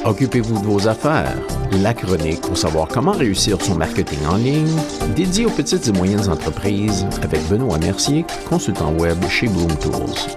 Occupez-vous de vos affaires. La chronique pour savoir comment réussir son marketing en ligne, dédié aux petites et moyennes entreprises avec Benoît Mercier, consultant web chez Bloom Tools.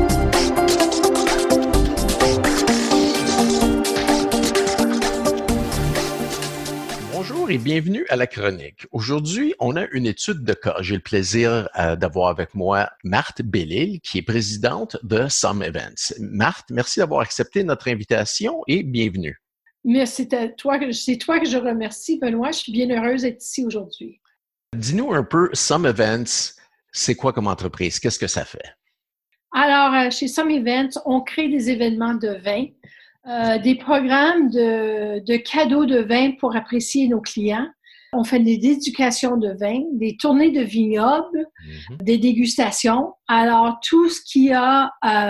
Bonjour et bienvenue à la chronique. Aujourd'hui, on a une étude de cas. J'ai le plaisir d'avoir avec moi Marthe Bellil, qui est présidente de Some Events. Marthe, merci d'avoir accepté notre invitation et bienvenue. Mais c'est toi que je remercie, Benoît. Je suis bien heureuse d'être ici aujourd'hui. Dis-nous un peu, Some Events, c'est quoi comme entreprise? Qu'est-ce que ça fait? Alors, chez Some Events, on crée des événements de vin, des programmes de cadeaux de vin pour apprécier nos clients. On fait des éducations de vin, des tournées de vignobles, des dégustations. Alors, tout ce qui va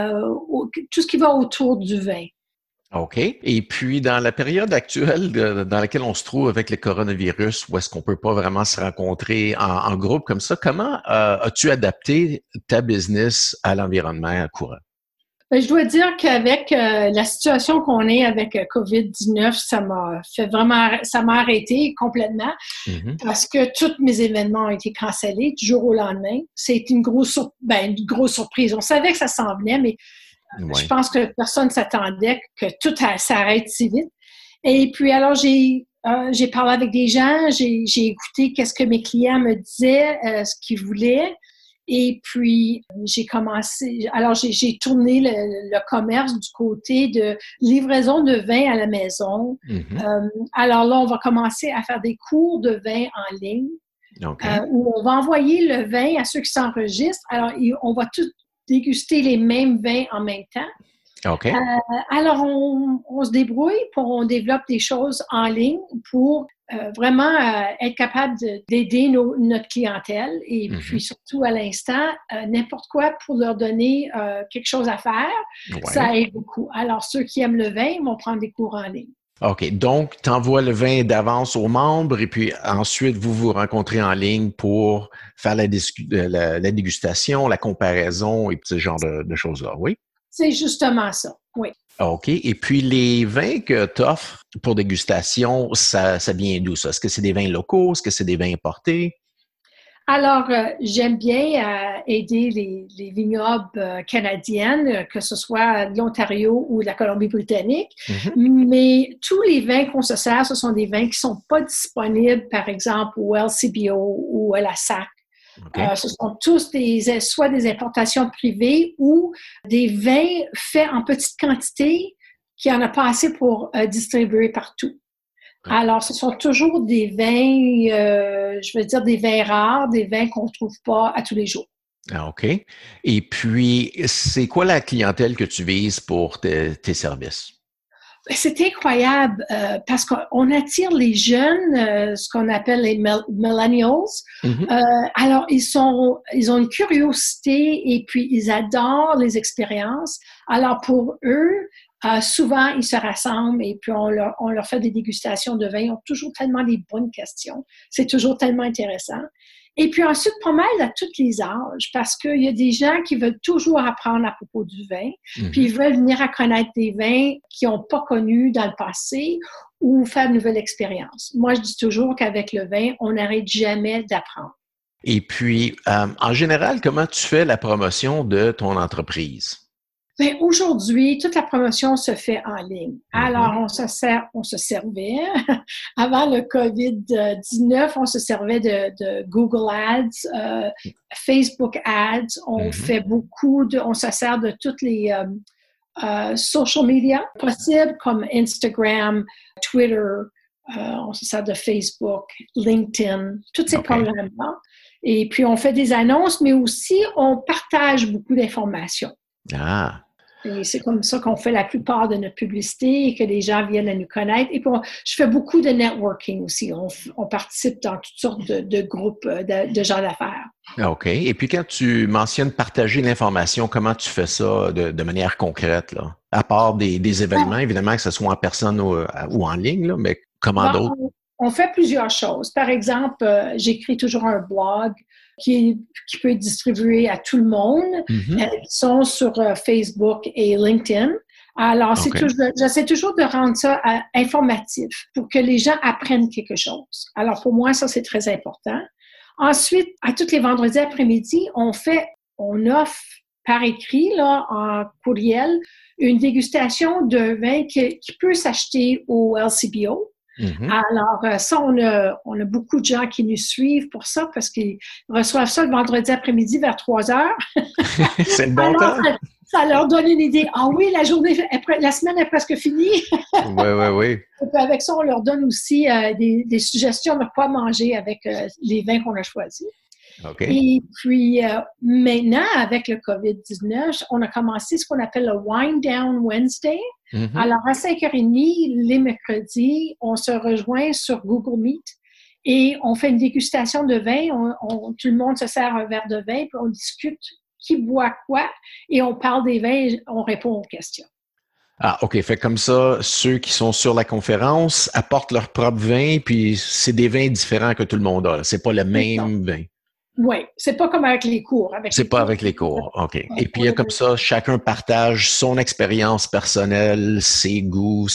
autour du vin. OK. Et puis, dans la période actuelle dans laquelle on se trouve avec le coronavirus, où est-ce qu'on peut pas vraiment se rencontrer en groupe comme ça, comment as-tu adapté ta business à l'environnement courant? Ben, je dois dire qu'avec la situation qu'on est avec COVID-19, ça m'a arrêté complètement parce que tous mes événements ont été cancellés du jour au lendemain. C'est une grosse surprise. On savait que ça s'en venait, mais je pense que personne ne s'attendait que tout s'arrête si vite. Et puis, alors, j'ai parlé avec des gens, j'ai écouté qu'est-ce que mes clients me disaient, ce qu'ils voulaient. Et puis, j'ai tourné le commerce du côté de livraison de vin à la maison. Alors là, on va commencer à faire des cours de vin en ligne où on va envoyer le vin à ceux qui s'enregistrent. Alors, on va tous déguster les mêmes vins en même temps. OK. Alors, on se débrouille on développe des choses en ligne pour vraiment être capable d'aider notre clientèle et puis surtout à l'instant, n'importe quoi pour leur donner quelque chose à faire, ça aide beaucoup. Alors, ceux qui aiment le vin vont prendre des cours en ligne. OK. Donc, tu envoies le vin d'avance aux membres et puis ensuite, vous vous rencontrez en ligne pour faire la dégustation, la comparaison et ce genre de choses-là, oui? C'est justement ça, oui. OK. Et puis, les vins que tu offres pour dégustation, ça vient d'où, ça? Est-ce que c'est des vins locaux? Est-ce que c'est des vins importés? Alors, j'aime bien aider les vignobles canadiennes, que ce soit de l'Ontario ou de la Colombie-Britannique. Mais tous les vins qu'on se sert, ce sont des vins qui ne sont pas disponibles, par exemple, au LCBO ou à la SAC. Ce sont tous soit des importations privées ou des vins faits en petite quantité qui en a pas assez pour distribuer partout. Alors, ce sont toujours des vins, des vins rares, des vins qu'on ne trouve pas à tous les jours. Ah, OK. Et puis, c'est quoi la clientèle que tu vises pour tes services? C'est incroyable parce qu'on attire les jeunes, ce qu'on appelle les millennials. Alors, ils ont une curiosité et puis ils adorent les expériences. Alors, pour eux, souvent, ils se rassemblent et puis on leur fait des dégustations de vin. Ils ont toujours tellement des bonnes questions. C'est toujours tellement intéressant. Et puis ensuite, pas mal à tous les âges, parce qu'il y a des gens qui veulent toujours apprendre à propos du vin, puis ils veulent venir à connaître des vins qu'ils n'ont pas connus dans le passé ou faire une nouvelle expérience. Moi, je dis toujours qu'avec le vin, on n'arrête jamais d'apprendre. Et puis, en général, comment tu fais la promotion de ton entreprise? Bien, aujourd'hui, toute la promotion se fait en ligne. Alors, on se servait. Avant le COVID-19, on se servait de Google Ads, Facebook Ads. On fait on se sert de toutes les social media possibles comme Instagram, Twitter. On se sert de Facebook, LinkedIn, tous ces programmes-là. Et puis, on fait des annonces, mais aussi, on partage beaucoup d'informations. Ah! Et c'est comme ça qu'on fait la plupart de notre publicité et que les gens viennent à nous connaître. Et puis, je fais beaucoup de networking aussi. On participe dans toutes sortes de groupes de gens d'affaires. OK. Et puis, quand tu mentionnes partager l'information, comment tu fais ça de manière concrète, là? À part des événements, évidemment, que ce soit en personne ou en ligne, là, mais comment d'autres? On fait plusieurs choses. Par exemple, j'écris toujours un blog qui peut être distribué à tout le monde. Ils sont sur Facebook et LinkedIn. Alors, OK. j'essaie toujours de rendre ça informatif pour que les gens apprennent quelque chose. Alors, pour moi, ça, c'est très important. Ensuite, à tous les vendredis après-midi, on offre par écrit, là, en courriel, une dégustation de vin qui peut s'acheter au LCBO. Mm-hmm. Alors, ça, on a beaucoup de gens qui nous suivent pour ça parce qu'ils reçoivent ça le vendredi après-midi vers 3 heures. C'est le bon Alors, temps? ça leur donne une idée. Ah oui, la semaine est presque finie. Oui. Et puis avec ça, on leur donne aussi des suggestions de quoi manger avec les vins qu'on a choisis. OK. Et puis, maintenant, avec le COVID-19, on a commencé ce qu'on appelle le Wind Down Wednesday. Mm-hmm. Alors, à 5h30, les mercredis, on se rejoint sur Google Meet et on fait une dégustation de vin. Tout le monde se sert un verre de vin, puis on discute qui boit quoi et on parle des vins et on répond aux questions. Ah, OK. Fait comme ça, ceux qui sont sur la conférence apportent leur propre vin, puis c'est des vins différents que tout le monde a. C'est pas le même vin. Oui, c'est pas comme avec les cours. C'est pas avec les cours. OK. Et puis, comme ça, chacun partage son expérience personnelle, ses goûts,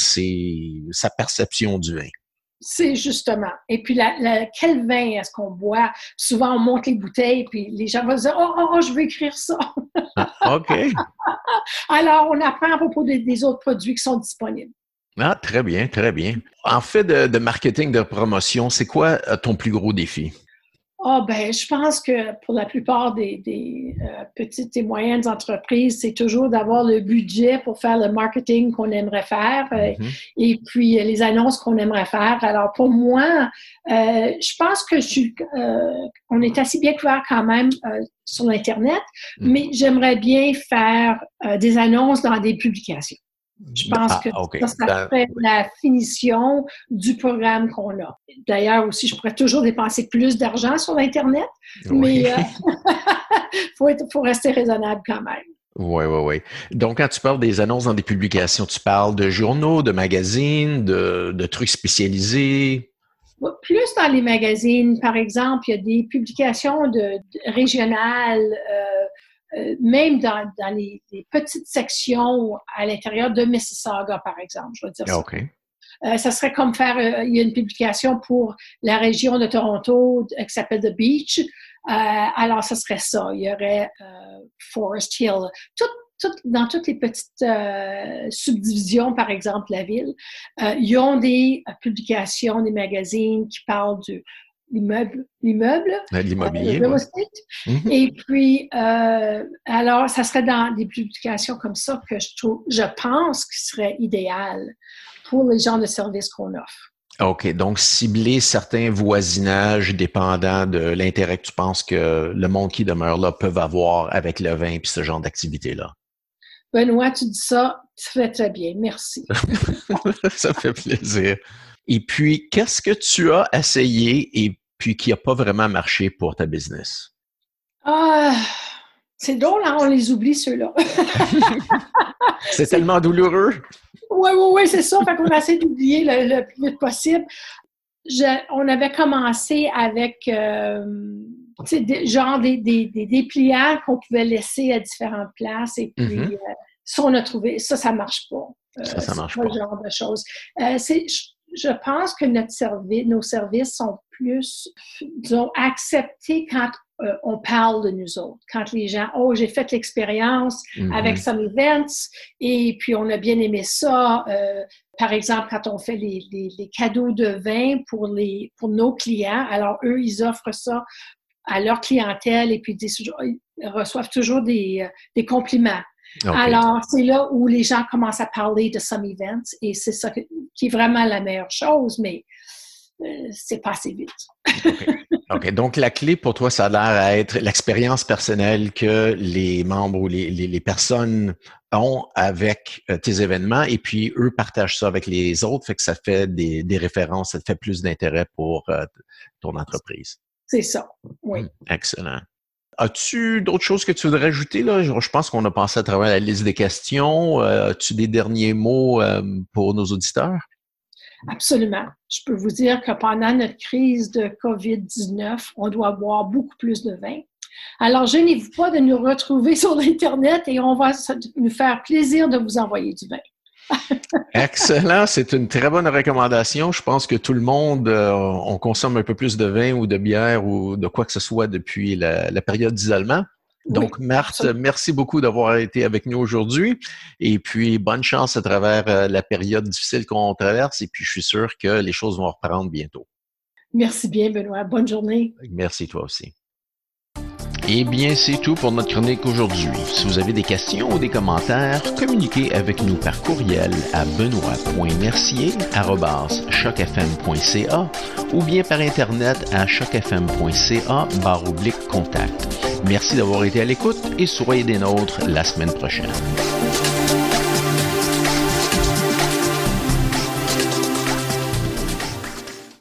sa perception du vin. C'est justement. Et puis, quel vin est-ce qu'on boit? Souvent, on monte les bouteilles, puis les gens vont dire « Oh, je veux écrire ça! » Ah, OK. Alors, on apprend à propos des autres produits qui sont disponibles. Ah, très bien, très bien. En fait de marketing, de promotion, c'est quoi ton plus gros défi? Je pense que pour la plupart des petites et moyennes entreprises, c'est toujours d'avoir le budget pour faire le marketing qu'on aimerait faire et puis les annonces qu'on aimerait faire. Alors pour moi, je pense que on est assez bien couvert quand même sur l'Internet, mais j'aimerais bien faire des annonces dans des publications. Je pense que ça fait la finition du programme qu'on a. D'ailleurs aussi, je pourrais toujours dépenser plus d'argent sur l'Internet, mais faut rester raisonnable quand même. Oui. Donc, quand tu parles des annonces dans des publications, tu parles de journaux, de magazines, de trucs spécialisés? Plus dans les magazines, par exemple, il y a des publications régionales, même dans les petites sections à l'intérieur de Mississauga, par exemple, je vais dire ça. OK. Ça serait comme il y a une publication pour la région de Toronto qui s'appelle The Beach. Alors, ça serait ça. Il y aurait Forest Hill. Dans toutes les petites subdivisions, par exemple, de la ville, ils ont des publications, des magazines qui parlent de l'immeuble, l'immobilier, real estate. Et puis, alors, ça serait dans des publications comme ça que je pense que serait idéal pour les genres de services qu'on offre. OK. Donc, cibler certains voisinages dépendant de l'intérêt que tu penses que le monde qui demeure là peuvent avoir avec le vin et ce genre d'activité-là. Benoît, tu dis ça très, très bien. Merci. Ça fait plaisir. Et puis, qu'est-ce que tu as essayé et puis qui n'a pas vraiment marché pour ta business? C'est drôle, hein? On les oublie, ceux-là. C'est tellement douloureux. Oui, c'est ça. Fait qu'on a essayé d'oublier le plus vite possible. On avait commencé avec des dépliants qu'on pouvait laisser à différentes places. Et puis, ça, on a trouvé, ça marche pas. Ça marche pas. Ce genre de choses. Je pense que nos services sont plus, disons, acceptés quand on parle de nous autres. Quand les gens, j'ai fait l'expérience avec Some Events et puis on a bien aimé ça. Par exemple, quand on fait les cadeaux de vin pour nos clients, alors eux, ils offrent ça à leur clientèle et puis ils reçoivent toujours des compliments. Okay. Alors, c'est là où les gens commencent à parler de Some Events et c'est ça qui est vraiment la meilleure chose, mais c'est pas assez vite. OK. Donc, la clé pour toi, ça a l'air à être l'expérience personnelle que les membres ou les personnes ont avec tes événements et puis eux partagent ça avec les autres, fait que ça fait des références, ça te fait plus d'intérêt pour ton entreprise. C'est ça, oui. Excellent. As-tu d'autres choses que tu voudrais ajouter, là? Je pense qu'on a passé à travers la liste des questions. As-tu des derniers mots pour nos auditeurs? Absolument. Je peux vous dire que pendant notre crise de COVID-19, on doit boire beaucoup plus de vin. Alors, gênez-vous pas de nous retrouver sur l'Internet et on va nous faire plaisir de vous envoyer du vin. Excellent, c'est une très bonne recommandation. Je pense que tout le monde, on consomme un peu plus de vin ou de bière ou de quoi que ce soit depuis la période d'isolement. Donc, oui, Marthe, merci beaucoup d'avoir été avec nous aujourd'hui et puis bonne chance à travers la période difficile qu'on traverse et puis je suis sûr que les choses vont reprendre bientôt. Merci bien, Benoît. Bonne journée. Merci toi aussi. Eh bien, c'est tout pour notre chronique aujourd'hui. Si vous avez des questions ou des commentaires, communiquez avec nous par courriel à benoît.mercier@chocfm.ca ou bien par Internet à chocfm.ca/contact. Merci d'avoir été à l'écoute et soyez des nôtres la semaine prochaine.